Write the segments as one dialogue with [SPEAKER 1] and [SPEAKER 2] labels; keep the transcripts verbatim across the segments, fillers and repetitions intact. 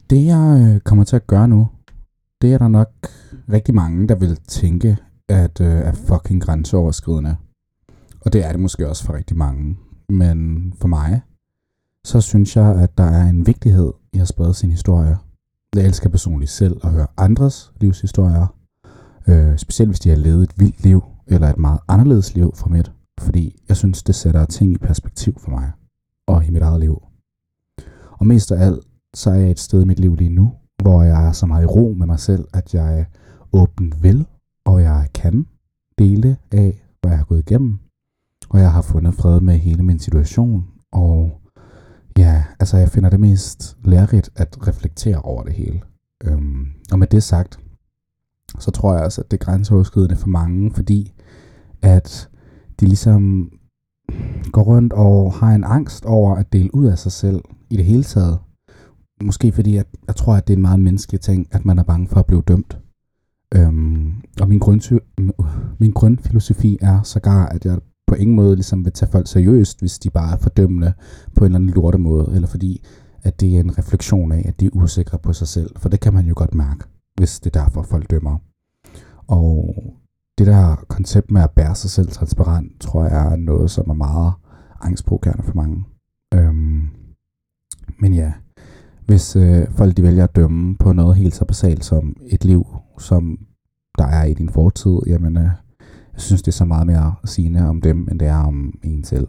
[SPEAKER 1] Det jeg øh, kommer til at gøre nu, det er der nok rigtig mange, der vil tænke, at øh, er fucking grænseoverskridende. Og det er det måske også for rigtig mange. Men for mig, så synes jeg, at der er en vigtighed i at sprede sin historie. Jeg elsker personligt selv at høre andres livshistorier. Øh, specielt hvis de har levet et vildt liv, eller et meget anderledes liv fra mit. Fordi jeg synes, det sætter ting i perspektiv for mig, og i mit eget liv. Og mest af alt, så er jeg et sted i mit liv lige nu, hvor jeg er så meget i ro med mig selv, at jeg åbent vil, og jeg kan dele af, hvad jeg har gået igennem. Og jeg har fundet fred med hele min situation, og ja, altså jeg finder det mest lærerigt at reflektere over det hele. Øhm, og med det sagt, så tror jeg også, at det er grænseoverskridende for mange, fordi at de ligesom går rundt og har en angst over at dele ud af sig selv i det hele taget. Måske fordi, at jeg tror, at det er en meget menneskelig ting, at man er bange for at blive dømt. Øhm, og min, grundsy- min grundfilosofi er sågar, at jeg på ingen måde ligesom vil tage folk seriøst, hvis de bare er fordømmende på en eller anden lorte måde, eller fordi, at det er en refleksion af, at de er usikre på sig selv. For det kan man jo godt mærke, hvis det er derfor, folk dømmer. Og det der koncept med at bære sig selv transparent, tror jeg er noget, som er meget angstprovokerende for mange. Øhm, men ja, hvis øh, folk de vælger at dømme på noget helt så basalt som et liv, som der er i din fortid, jamen øh, jeg synes, det er så meget mere sigende om dem, end det er om en selv.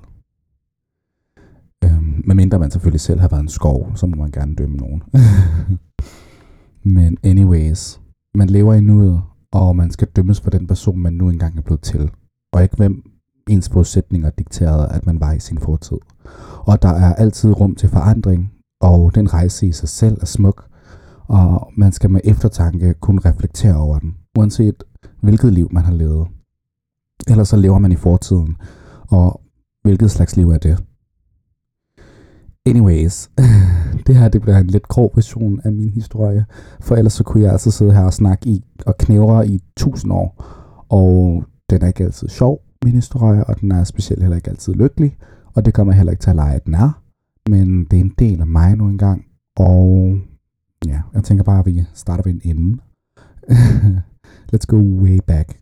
[SPEAKER 1] Øhm, medmindre man selvfølgelig selv har været en skov, så må man gerne dømme nogen. Men anyways, man lever i nuet, og man skal dømmes for den person, man nu engang er blevet til. Og ikke hvem ens forudsætninger dikterede, at man var i sin fortid. Og der er altid rum til forandring, og den rejse i sig selv er smuk, og man skal med eftertanke kunne reflektere over den, uanset hvilket liv man har levet. Ellers så lever man i fortiden, og hvilket slags liv er det? Anyways, det her det bliver en lidt grov version af min historie, for ellers så kunne jeg altså sidde her og snakke i og knævre i tusind år, og den er ikke altid sjov, min historie, og den er specielt heller ikke altid lykkelig, og det kommer heller ikke til at lege, at den er, men det er en del af mig nu engang, og ja, jeg tænker bare, at vi starter ved en ende. Let's go way back.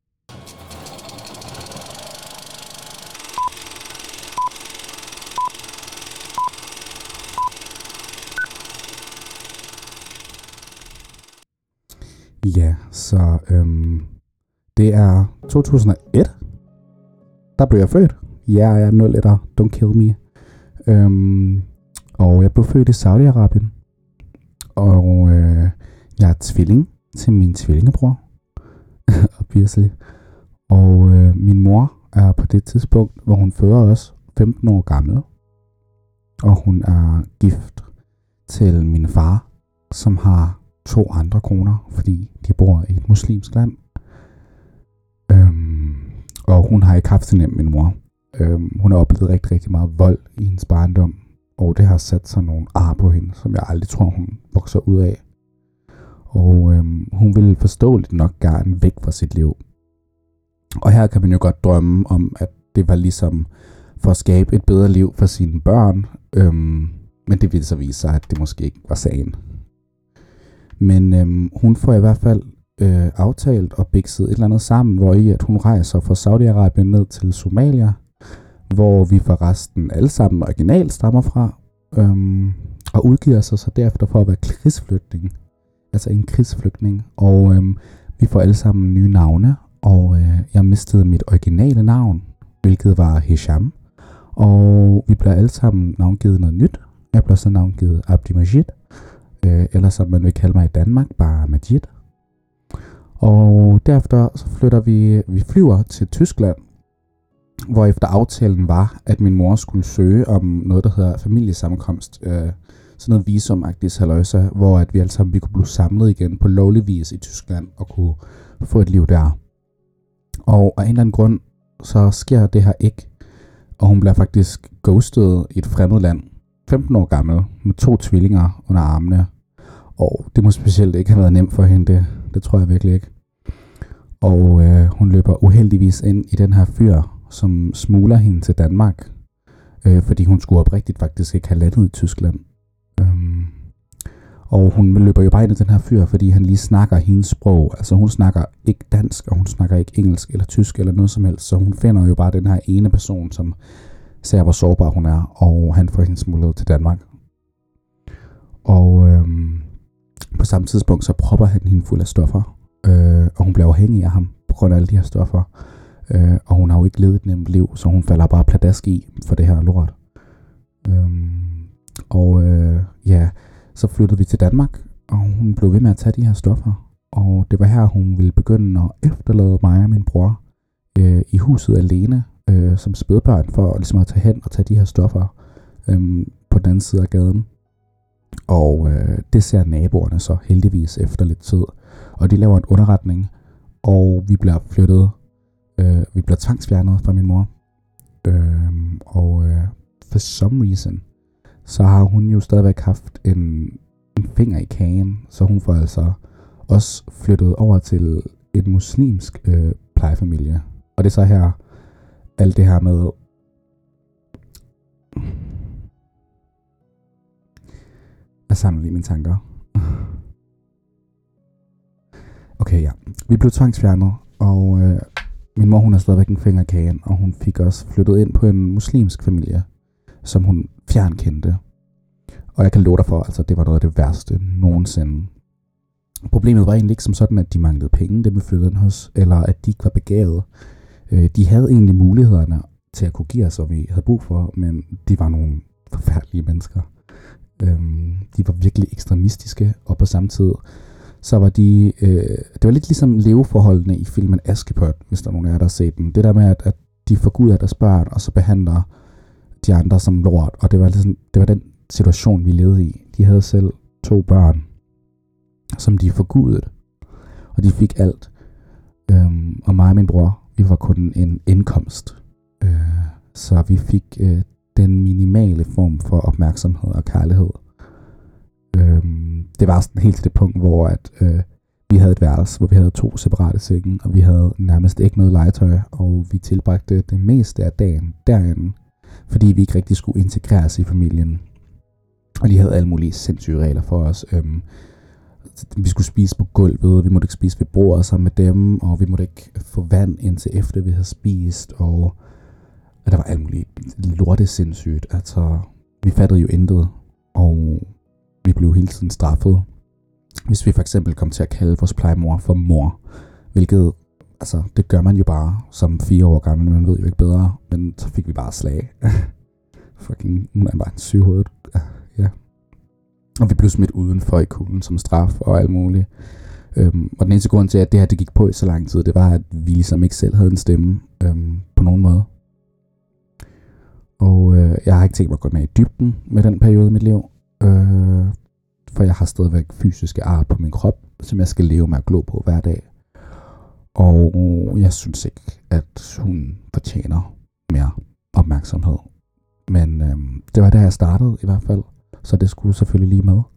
[SPEAKER 1] Ja, så øhm, det er to tusind og et. Der blev jeg født. Ja, jeg er nul etter. Don't kill me. Øhm, og jeg blev født i Saudi-Arabien. Og øh, jeg er tvilling til min tvillingebror. Obviously. Og øh, min mor er på det tidspunkt, hvor hun føder os, femten år gammel. Og hun er gift til min far, som har to andre koner, fordi de bor i et muslimsk land. Øhm, og hun har ikke haft det nemt, min mor. Øhm, hun har oplevet rigtig, rigtig meget vold i hendes barndom, og det har sat sig nogle ar på hende, som jeg aldrig tror, hun vokser ud af. Og øhm, hun ville forståeligt nok gerne væk fra sit liv. Og her kan man jo godt drømme om, at det var ligesom for at skabe et bedre liv for sine børn, øhm, men det ville så vise sig, at det måske ikke var sagen. Men øhm, hun får i hvert fald øh, aftalt og bikset et eller andet sammen, hvor i at hun rejser fra Saudi-Arabien ned til Somalia, hvor vi forresten alle sammen originalt stammer fra, øhm, og udgiver sig så derefter for at være krigsflygtning, altså en krigsflygtning, og øhm, vi får alle sammen nye navne, og øh, jeg mistede mit originale navn, hvilket var Hisham, og vi bliver alle sammen navngivet noget nyt. Jeg bliver så navngivet Abdi Majid, øh, eller som man vil kalde mig i Danmark, bare Majid. Og derefter så flytter vi, vi flyver til Tyskland, hvor efter aftalen var, at min mor skulle søge om noget, der hedder familiesammenkomst, øh, sådan noget visumagtigt halløjsa, hvor at vi alle sammen vi kunne blive samlet igen på lovlig vis i Tyskland og kunne få et liv der. Og af en eller anden grund, så sker det her ikke, og hun bliver faktisk ghostet i et fremmed land, femten år gammel, med to tvillinger under armene. Og det må specielt ikke have været nemt for hende, det, det tror jeg virkelig ikke. Og øh, hun løber uheldigvis ind i den her fyr, som smugler hende til Danmark, øh, fordi hun skulle oprigtigt faktisk ikke have landet i Tyskland. Øhm, Og hun løber jo bare ind i den her fyr, fordi han lige snakker hendes sprog. Altså hun snakker ikke dansk, og hun snakker ikke engelsk eller tysk eller noget som helst. Så hun finder jo bare den her ene person, som ser, hvor sårbar hun er, og han får hende smuglet til Danmark. Og øhm, på samme tidspunkt, så propper han hende fuld af stoffer, øh, og hun bliver afhængig af ham på grund af alle de her stoffer. Øh, og hun har jo ikke levet et nemt liv, så hun falder bare pladask i for det her lort. Øhm, og øh, ja, så flyttede vi til Danmark, og hun blev ved med at tage de her stoffer. Og det var her, hun ville begynde at efterlade mig og min bror øh, i huset alene, øh, som spædbørn, for ligesom at tage hen og tage de her stoffer øh, på den anden side af gaden. Og øh, det ser naboerne så heldigvis efter lidt tid. Og de laver en underretning, og vi bliver flyttet, øh, vi bliver tvangsfjernet fra min mor. Øh, og øh, for some reason, så har hun jo stadigvæk haft en, en finger i kagen, så hun får altså også flyttet over til en muslimsk øh, plejefamilie. Og det er så her, alt det her med, jeg samler lige mine tanker. Okay, ja. Vi blev tvangsfjernet, og øh, min mor, hun har stadigvæk en finger i kagen, og hun fik også flyttet ind på en muslimsk familie, som hun fjernkendte. Og jeg kan love dig for, altså det var noget af det værste nogensinde. Problemet var egentlig ikke som sådan, at de manglede penge, dem vi flyttede ind hos, eller at de ikke var begavet. Øh, de havde egentlig mulighederne til at kunne give os, hvad vi havde brug for, men de var nogle forfærdelige mennesker. Øhm, de var virkelig ekstremistiske, og på samme tid, så var de, øh, det var lidt ligesom leveforholdene i filmen Askepot, hvis der er nogen af jer, der har set den. Det der med, at, at de forguder deres børn, og så behandler de andre som lort, og det var, ligesom, det var den situation, vi levede i. De havde selv to børn, som de forgudede, og de fik alt. Øhm, og mig og min bror, vi var kun en indkomst. Øh, så vi fik øh, den minimale form for opmærksomhed og kærlighed. Øhm, det var sådan helt til det punkt, hvor at, øh, vi havde et værelse, hvor vi havde to separate senge, og vi havde nærmest ikke noget legetøj, og vi tilbragte det meste af dagen derinde, fordi vi ikke rigtig skulle integreres i familien. Og de havde alle mulige sindssyge regler for os. Øhm, vi skulle spise på gulvet, vi måtte ikke spise ved bordet sammen med dem, og vi måtte ikke få vand indtil efter vi havde spist, og at der var alt muligt lorte sindssygt. Altså, vi fattede jo intet, og vi blev hele tiden straffet. Hvis vi for eksempel kom til at kalde vores plejemor for mor, hvilket, altså, det gør man jo bare som fire år gammel, man ved jo ikke bedre, men så fik vi bare slag. Fucking, hun er bare en syvhovedet. Ja. Og vi blev smidt udenfor i kulden som straf og alt muligt. Øhm, og den eneste grund til, at det her det gik på i så lang tid, det var, at vi ligesom ikke selv havde en stemme øhm, på nogen måde. Og øh, jeg har ikke tænkt mig at gå med i dybden med den periode i mit liv. Øh, for jeg har stadigvæk fysiske ar på min krop, som jeg skal leve med at glo på hver dag. Og jeg synes ikke, at hun fortjener mere opmærksomhed. Men øh, det var der, jeg startede i hvert fald. Så det skulle selvfølgelig lige med.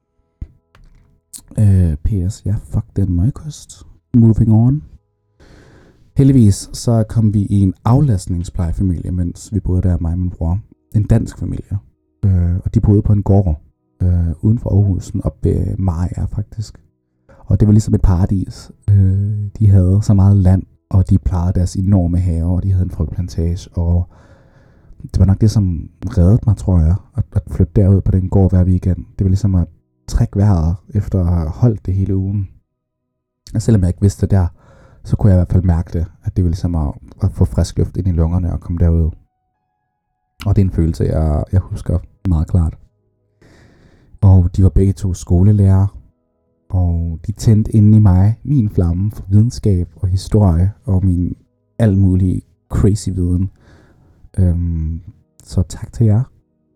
[SPEAKER 1] Øh, P S, ja, fuck den møgkost. Moving on. Heldigvis så kom vi i en aflastningsplejefamilie, mens vi boede der, mig og min bror. En dansk familie. Øh, og de boede på en gård øh, uden for Aarhusen, op ved Maja faktisk. Og det var ligesom et paradis. Øh, de havde så meget land, og de plejede deres enorme haver, og de havde en frugtplantage, og det var nok det, som reddede mig, tror jeg, at, at flytte derud på den gård hver weekend. Det var ligesom at trække vejret efter at have holdt det hele ugen. Og selvom jeg ikke vidste det der, så kunne jeg i hvert fald mærke det, at det var ligesom at, at få frisk luft ind i lungerne og komme derud. Og det er en følelse, jeg, jeg husker meget klart. Og de var begge to skolelærer, og de tændte inde i mig min flamme for videnskab og historie og min alt mulige crazy viden. Øhm, så tak til jer.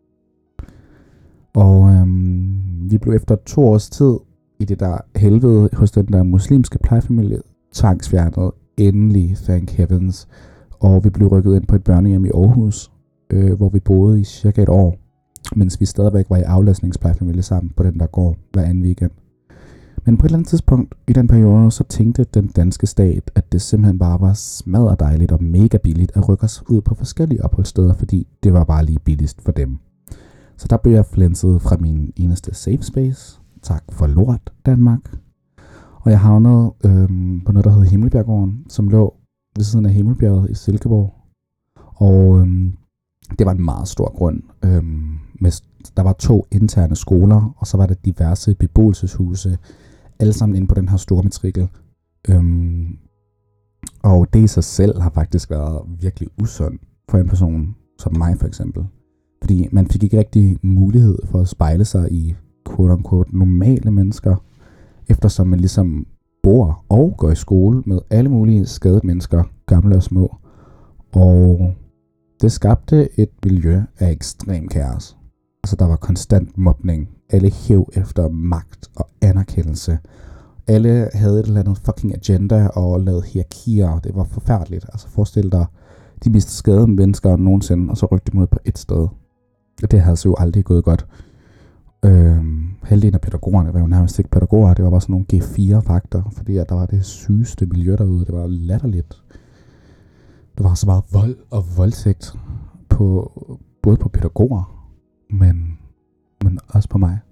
[SPEAKER 1] Og øhm, vi blev efter to års tid i det der helvede hos den der muslimske plejefamilie tvangsfjernet, endelig, thank heavens. Og vi blev rykket ind på et børnehjem i Aarhus, øh, hvor vi boede i cirka et år, mens vi stadigvæk var i aflastningsplejefamilie sammen på den der gård hver anden weekend. Men på et eller andet tidspunkt i den periode, så tænkte den danske stat, at det simpelthen bare var smadret dejligt og mega billigt at rykke os ud på forskellige opholdssteder, fordi det var bare lige billigst for dem. Så der blev jeg flænset fra min eneste safe space tak for lort, Danmark. Og jeg havnede øhm, på noget, der hed Himmelbjerggården, som lå ved siden af Himmelbjerget i Silkeborg. Og øhm, det var en meget stor grund. Øhm, med, der var to interne skoler, og så var der diverse beboelseshuse, alle sammen inde på den her store matrikel. Øhm, og det i sig selv har faktisk været virkelig usundt for en person som mig for eksempel. Fordi man fik ikke rigtig mulighed for at spejle sig i quote-unquote normale mennesker, eftersom man ligesom bor og går i skole med alle mulige skadede mennesker, gamle og små. Og det skabte et miljø af ekstrem kaos. Altså der var konstant mobning. Alle hæv efter magt og anerkendelse. Alle havde et eller andet fucking agenda og lavede hierarkier. Det var forfærdeligt. Altså forestil dig de mest skadede mennesker nogensinde, og så rykte dem ud på et sted. Det havde så jo aldrig gået godt. Øhm, halvdelen af pædagogerne var jo nærmest ikke pædagoger. Det var bare sådan nogle G fire vagter, fordi at der var det sygeste miljø derude. Det var latterligt. Der var så meget vold og voldtægt på, både på pædagoger, men, men også på mig.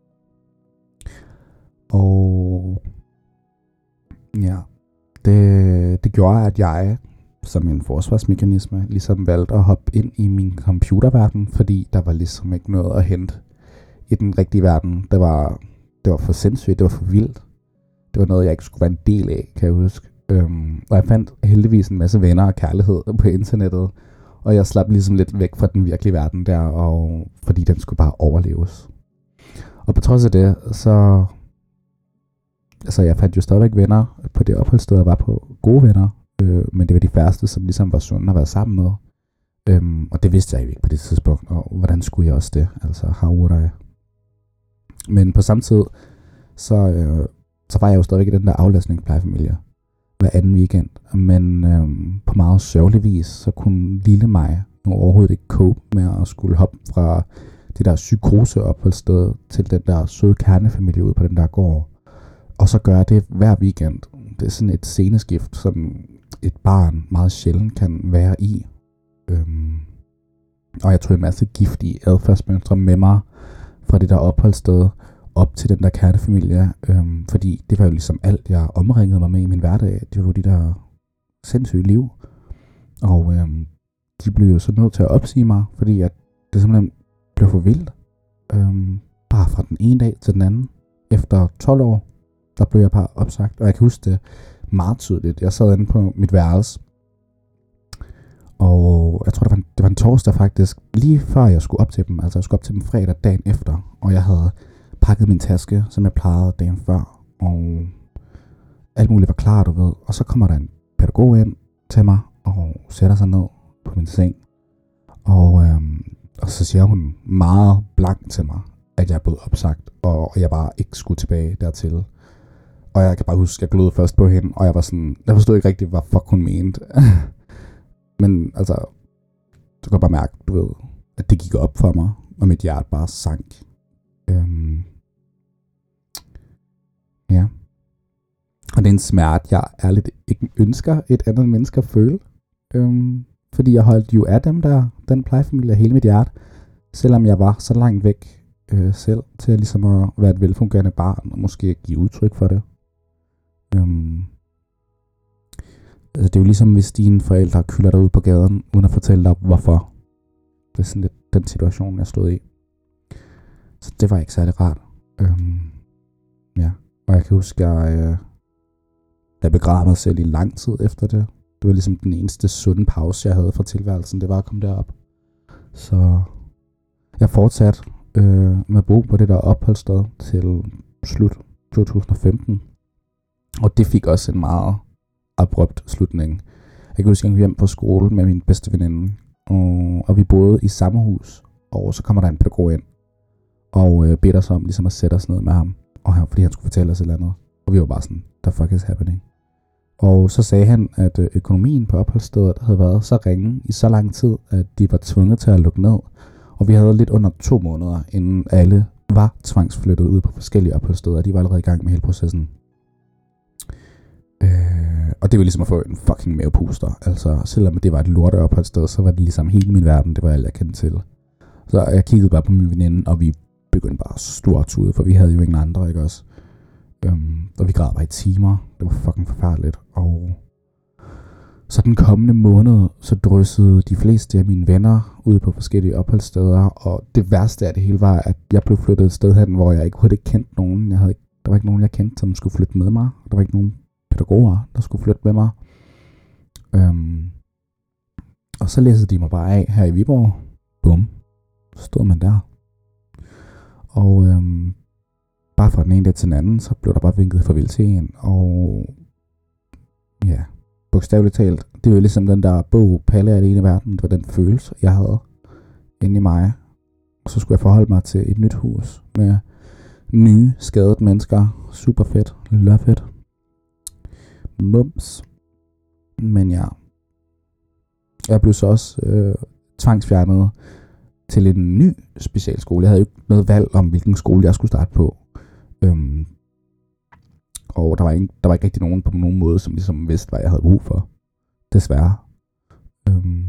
[SPEAKER 1] Og ja, det, det gjorde, at jeg som en forsvarsmekanisme ligesom valgte at hoppe ind i min computerverden, fordi der var ligesom ikke noget at hente i den rigtige verden. Det var, det var for sindssygt, det var for vildt. Det var noget, jeg ikke skulle være en del af, kan jeg huske. Øhm, og jeg fandt heldigvis en masse venner og kærlighed på internettet, og jeg slap ligesom lidt væk fra den virkelige verden der, og fordi den skulle bare overleves. Og på trods af det, så altså jeg fandt jo stadigvæk venner på det opholdssted, jeg var på, gode venner, øh, men det var de færreste, som ligesom var sunde at være sammen med. Øhm, og det vidste jeg jo ikke på det tidspunkt, og hvordan skulle jeg også det? Altså, how would I? Men på samme tid, så, øh, så var jeg jo stadigvæk i den der aflastningsplejefamilie hver anden weekend. Men øh, på meget sørgelig vis, så kunne lille mig nu overhovedet ikke cope med at skulle hoppe fra det der psykoseopholdssted til den der søde kernefamilie ude på den der gård. Og så gøre det hver weekend. Det er sådan et sceneskift, som et barn meget sjældent kan være i. Øhm, og jeg tog en masse giftige adfærdsmønstre med mig fra det der opholdssted op til den der kernefamilie, øhm, fordi det var jo ligesom alt, jeg omringede mig med i min hverdag. Det var jo de der sindssyge liv. Og øhm, de blev jo så nødt til at opsige mig, fordi at det simpelthen blev for vildt. Øhm, bare fra den ene dag til den anden. Efter tolv år, der blev jeg bare opsagt. Og jeg kan huske det meget tydeligt. Jeg sad inde på mit værelse, og jeg tror, det var, en, det var en torsdag faktisk, lige før jeg skulle op til dem. Altså jeg skulle op til dem fredag dagen efter, og jeg havde pakket min taske, som jeg plejede dagen før, og alt muligt var klar, du ved. Og så kommer der en pædagog ind til mig, og sætter sig ned på min seng, og, øhm, og så siger hun meget blankt til mig, at jeg er blevet opsagt, og jeg bare ikke skulle tilbage dertil. Og jeg kan bare huske, at jeg glødede først på hende, og jeg var sådan, jeg forstod ikke rigtig, hvad fuck hun mente. Men altså, du kan bare mærke, du ved, at det gik op for mig, og mit hjerte bare sank. Øhm. Ja. Og det er en smerte, jeg ærligt ikke ønsker et andet menneske at føle. Øhm. Fordi jeg holdt jo af dem der, den plejefamilie af hele mit hjerte, selvom jeg var så langt væk øh, selv, til at ligesom at være et velfungerende barn, og måske give udtryk for det. Øhm. Altså det er jo ligesom, hvis dine forældre kylder dig ud på gaden, uden at fortælle dig, hvorfor. Det er sådan lidt den situation, jeg stod i. Så det var ikke særlig rart. Øhm, ja, og jeg kan huske, at jeg, øh, jeg begravede mig selv i lang tid efter det. Det var ligesom den eneste sunde pause, jeg havde fra tilværelsen, det var at komme derop. Så jeg fortsatte øh, med at bo på det der opholdssted til slut to tusind og femten. Og det fik også en meget abrupt slutning. Jeg kan huske, at jeg gik hjem på skole med min bedste veninde, og, og vi boede i samme hus, og så kommer der en pædagog ind, og øh, beder os om ligesom at sætte os ned med ham, og han, fordi han skulle fortælle os et eller andet. Og vi var bare sådan, the fuck is happening? Og så sagde han, at øh, økonomien på opholdsstedet havde været så ringe i så lang tid, at de var tvunget til at lukke ned. Og vi havde lidt under to måneder, inden alle var tvangsflyttet ud på forskellige opholdssteder, og de var allerede i gang med hele processen. Øh, og det var ligesom at få en fucking mavepuster. Altså, selvom det var et lorte opholdssted, så var det ligesom hele min verden, det var alt jeg kendte til. Så jeg kiggede bare på min veninde, og vi begyndte bare at stortude, for vi havde jo ingen andre, ikke også? Øhm, og vi græd bare i timer. Det var fucking forfærdeligt. Og så den kommende måned, så dryssede de fleste af mine venner ud på forskellige opholdssteder, og det værste af det hele var, at jeg blev flyttet et sted hen, hvor jeg ikke kunne ikke kendte nogen. Jeg havde ikke, der var ikke nogen, jeg kendte, som skulle flytte med mig. Der var ikke nogen pædagoger, der skulle flytte med mig. Øhm, og så læste de mig bare af her i Viborg. Bum. Så stod man der. Og øhm, bare fra den ene dag til den anden, så blev der bare vinket farvel til en. Og ja, bogstaveligt talt, det var jo ligesom den der bog, Palle er alene i verden. Det var den følelse, jeg havde inde i mig. Og så skulle jeg forholde mig til et nyt hus med nye, skadede mennesker. Super fedt. Love it. Mums. Men ja, jeg blev så også øh, tvangsfjernet til en ny specialskole. Jeg havde jo ikke noget valg om, hvilken skole jeg skulle starte på. Øhm, og der var, ikke, der var ikke rigtig nogen på nogen måde, som ligesom vidste, hvad jeg havde brug for. Desværre. Øhm,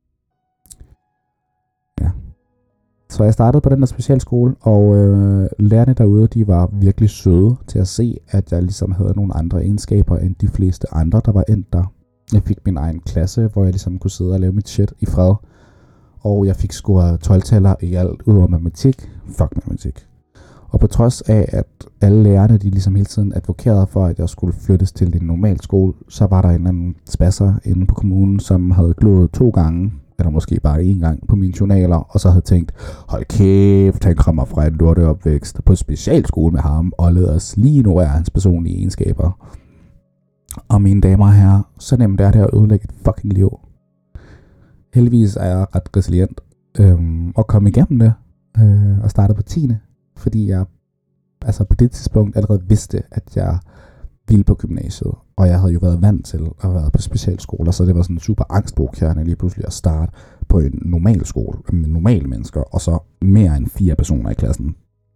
[SPEAKER 1] ja. Så jeg startede på den der specialskole, og øh, lærerne derude, de var virkelig søde til at se, at jeg ligesom havde nogle andre egenskaber, end de fleste andre, der var endt der. Jeg fik min egen klasse, hvor jeg ligesom kunne sidde og lave mit shit i fred. Og jeg fik scoret tolv-taller i alt, udover matematik. Fuck matematik. Og på trods af, at alle lærerne, de ligesom hele tiden advokerede for, at jeg skulle flyttes til en normal skole, så var der en eller anden spasser inde på kommunen, som havde glået to gange, eller måske bare én gang på mine journaler, og så havde tænkt, hold kæft, han kommer fra en lorteopvækst på specialskole med ham, og lad os lige ignorere hans personlige egenskaber. Og mine damer og herrer, så nemt er det at ødelægge et fucking liv. Heldigvis er jeg ret resilient øhm, og kom igennem det øh, og startede på tiende Fordi jeg altså på det tidspunkt allerede vidste, at jeg ville på gymnasiet. Og jeg havde jo været vant til at være på specialskoler, så det var sådan en super angstprovokerende lige pludselig at starte på en normal skole med normale mennesker, og så mere end fire personer i klassen.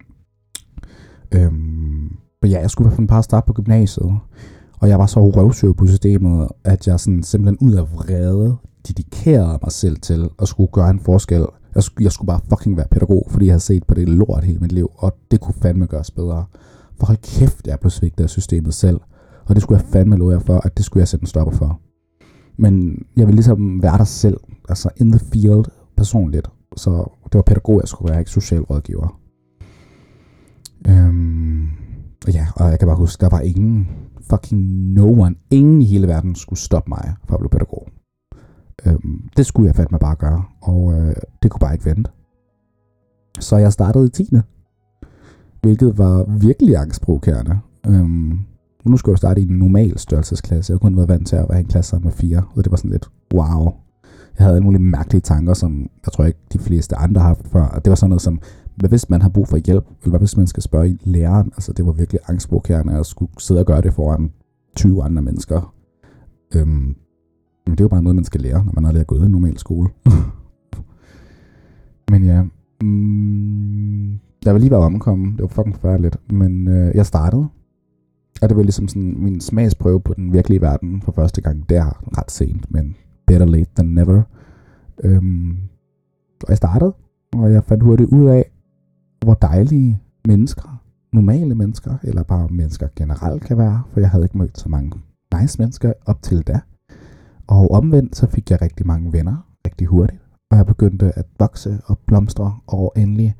[SPEAKER 1] Øhm, men ja, jeg skulle i hvert fald bare starte på gymnasiet. Og jeg var så røvsøv på systemet, at jeg sådan simpelthen ud af vrede dedikerede mig selv til at skulle gøre en forskel. Jeg skulle, jeg skulle bare fucking være pædagog, fordi jeg havde set på det lort hele mit liv, og det kunne fandme gøres bedre. For hold kæft, jeg blev svigtet af systemet selv, og det skulle jeg fandme love jer for, at det skulle jeg sætte en stopper for. Men jeg ville ligesom være der selv, altså in the field personligt, så det var pædagog, jeg skulle være, ikke socialrådgiver. Øhm, ja, og jeg kan bare huske, der var ingen, fucking no one, ingen i hele verden skulle stoppe mig for at blive pædagog. Øhm, det skulle jeg fandme bare gøre, og øh, det kunne bare ikke vente. Så jeg startede i tiende hvilket var virkelig angstprovokerende. Øhm, nu skulle jeg starte i en normal størrelsesklasse. Jeg kunne have været vant til at være i en klasse sammen med fire, og det var sådan lidt, wow. Jeg havde alle mulige mærkelige tanker, som jeg tror ikke de fleste andre har haft før. Og det var sådan noget som, hvad hvis man har brug for hjælp, eller hvad hvis man skal spørge læreren? Altså det var virkelig angstprovokerende at skulle sidde og gøre det foran tyve andre mennesker. Øhm, men det er jo bare noget, man skal lære, når man aldrig har gået i en normal skole. Men ja, mm, jeg var lige ved at omkomme. Det var fucking forfærdeligt. Men øh, jeg startede. Og det var ligesom sådan min smagsprøve på den virkelige verden for første gang. Det er ret sent, men better late than never. Øhm, og jeg startede, og jeg fandt hurtigt ud af, hvor dejlige mennesker, normale mennesker, eller bare mennesker generelt kan være. For jeg havde ikke mødt så mange nice mennesker op til da. Og omvendt, så fik jeg rigtig mange venner rigtig hurtigt. Og jeg begyndte at vokse og blomstre, og endelig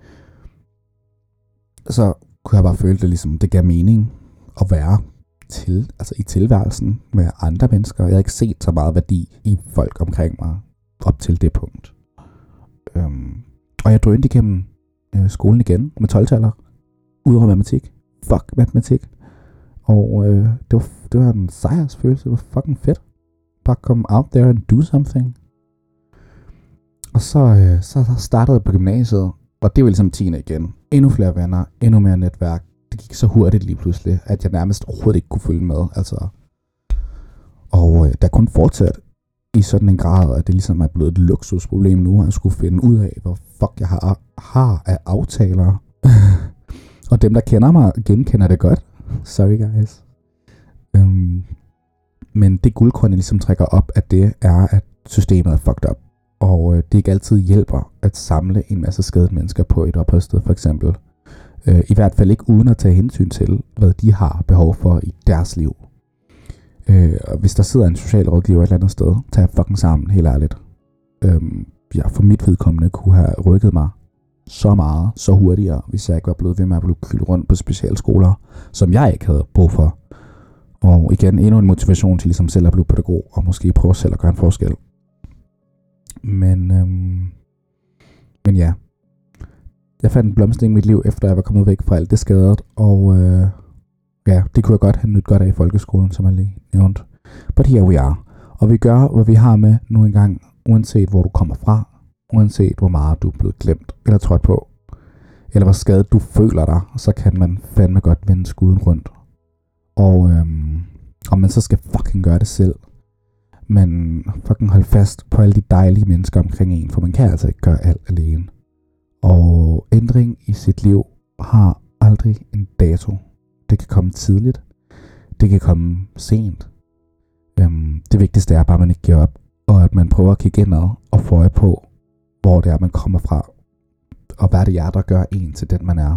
[SPEAKER 1] så kunne jeg bare føle det ligesom, det gav mening at være til, altså i tilværelsen med andre mennesker. Jeg havde ikke set så meget værdi i folk omkring mig op til det punkt. Øhm, og jeg drønte igennem øh, skolen igen med tolv-taller. Udover matematik. Fuck matematik. Og øh, det, var, det var en sejrsfølelse. Det var fucking fedt. Bare komme out there and do something. Og så, øh, så startede jeg på gymnasiet. Og det var ligesom tiende igen. Endnu flere venner, endnu mere netværk. Det gik så hurtigt lige pludselig, at jeg nærmest overhovedet ikke kunne følge med. Altså. Og øh, der kun fortsat i sådan en grad, at det ligesom er blevet et luksusproblem nu, at jeg skulle finde ud af, hvor fuck jeg har, har af aftaler. Og dem, der kender mig, genkender det godt. Sorry guys. Um, men det guldkorn, jeg ligesom trækker op, at det er, at systemet er fucked up. Og øh, det ikke altid hjælper at samle en masse skadede mennesker på et opholdssted, for eksempel. Øh, I hvert fald ikke uden at tage hensyn til, hvad de har behov for i deres liv. Øh, og hvis der sidder en socialrådgiver et eller andet sted, tag fucking sammen, helt ærligt. Øh, jeg for mit vedkommende kunne have rykket mig så meget, så hurtigere, hvis jeg ikke var blevet ved med at blive kyldt rundt på specialskoler, som jeg ikke havde brug for. Og igen, endnu en motivation til ligesom selv at blive pædagog, og måske prøve selv at gøre en forskel. Men, øhm, men ja, jeg fandt en blomstring i mit liv, efter jeg var kommet væk fra alt det skadet, og øh, ja, det kunne jeg godt have nyt godt af i folkeskolen, som jeg lige nævnte. But here we are. Og vi gør, hvad vi har med nu engang, uanset hvor du kommer fra, uanset hvor meget du er blevet glemt eller trådt på, eller hvor skadet du føler dig, så kan man fandme godt vende skuden rundt. Og øhm, om man så skal fucking gøre det selv, men fucking hold fast på alle de dejlige mennesker omkring en, for man kan altså ikke gøre alt alene. Og ændring i sit liv har aldrig en dato. Det kan komme tidligt, det kan komme sent. Øhm, det vigtigste er bare, at man ikke giver op, og at man prøver at kigge indad og få øje på, hvor det er, man kommer fra, og hvad det er, der gør en til den, man er.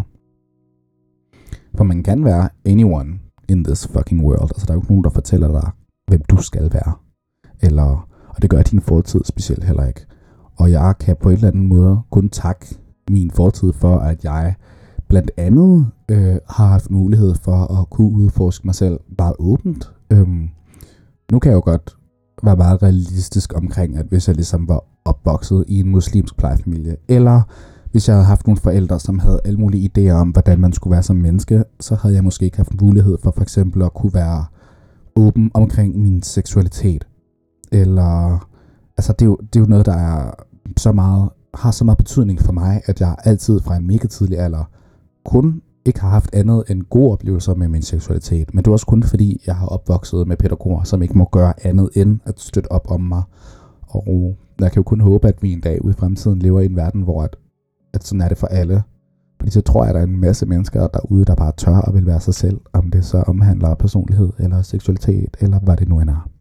[SPEAKER 1] For man kan være anyone in this fucking world. Altså, der er jo ikke nogen, der fortæller dig, hvem du skal være. Eller, og det gør din fortid specielt heller ikke. Og jeg kan på en eller anden måde kun takke min fortid for, at jeg blandt andet øh, har haft mulighed for at kunne udforske mig selv bare åbent. Øhm, nu kan jeg jo godt være meget realistisk omkring, at hvis jeg ligesom var opvokset i en muslimsk plejefamilie, eller hvis jeg havde haft nogle forældre, som havde alle mulige idéer om, hvordan man skulle være som menneske, så havde jeg måske ikke haft mulighed for for eksempel at kunne være åben omkring min seksualitet. Eller, altså det er jo, det er jo noget, der er så meget, har så meget betydning for mig, at jeg altid fra en mega tidlig alder kun ikke har haft andet end gode oplevelser med min seksualitet. Men det er også kun fordi, jeg har opvokset med pædagoger, som ikke må gøre andet end at støtte op om mig. Og jeg kan jo kun håbe, at vi en dag ude i fremtiden lever i en verden, hvor at, at sådan er det for alle. Fordi så tror jeg, at der er en masse mennesker derude, der bare tør og vil være sig selv, om det så omhandler personlighed eller seksualitet, eller hvad det nu end er.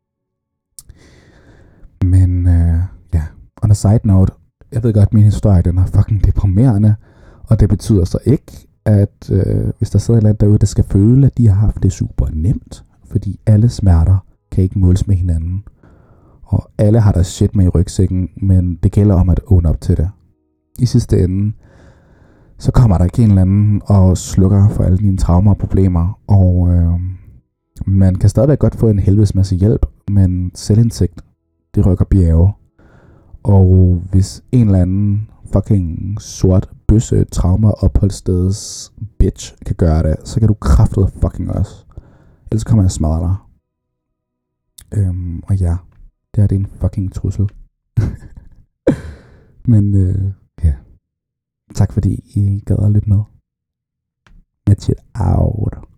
[SPEAKER 1] Men øh, ja, on a side note, jeg ved godt, at min historie den er fucking deprimerende, og det betyder så ikke, at øh, hvis der sidder et eller andet derude, der skal føle, at de har haft det super nemt, fordi alle smerter kan ikke måles med hinanden. Og alle har der shit med i rygsækken, men det gælder om at own up til det. I sidste ende, så kommer der ikke en eller anden og slukker for alle dine traumer og problemer, og øh, man kan stadigvæk godt få en helvedes masse hjælp, men selvindsigt, det rykker bjerge. Og hvis en eller anden fucking sort bøsse trauma opholdssteds bitch kan gøre det, så kan du kraftedeme fucking også. Ellers kommer jeg og smadre dig. Øhm, og ja, det her det er en fucking trussel. Men øh, ja, tak fordi I gad at lytte med. Match it out.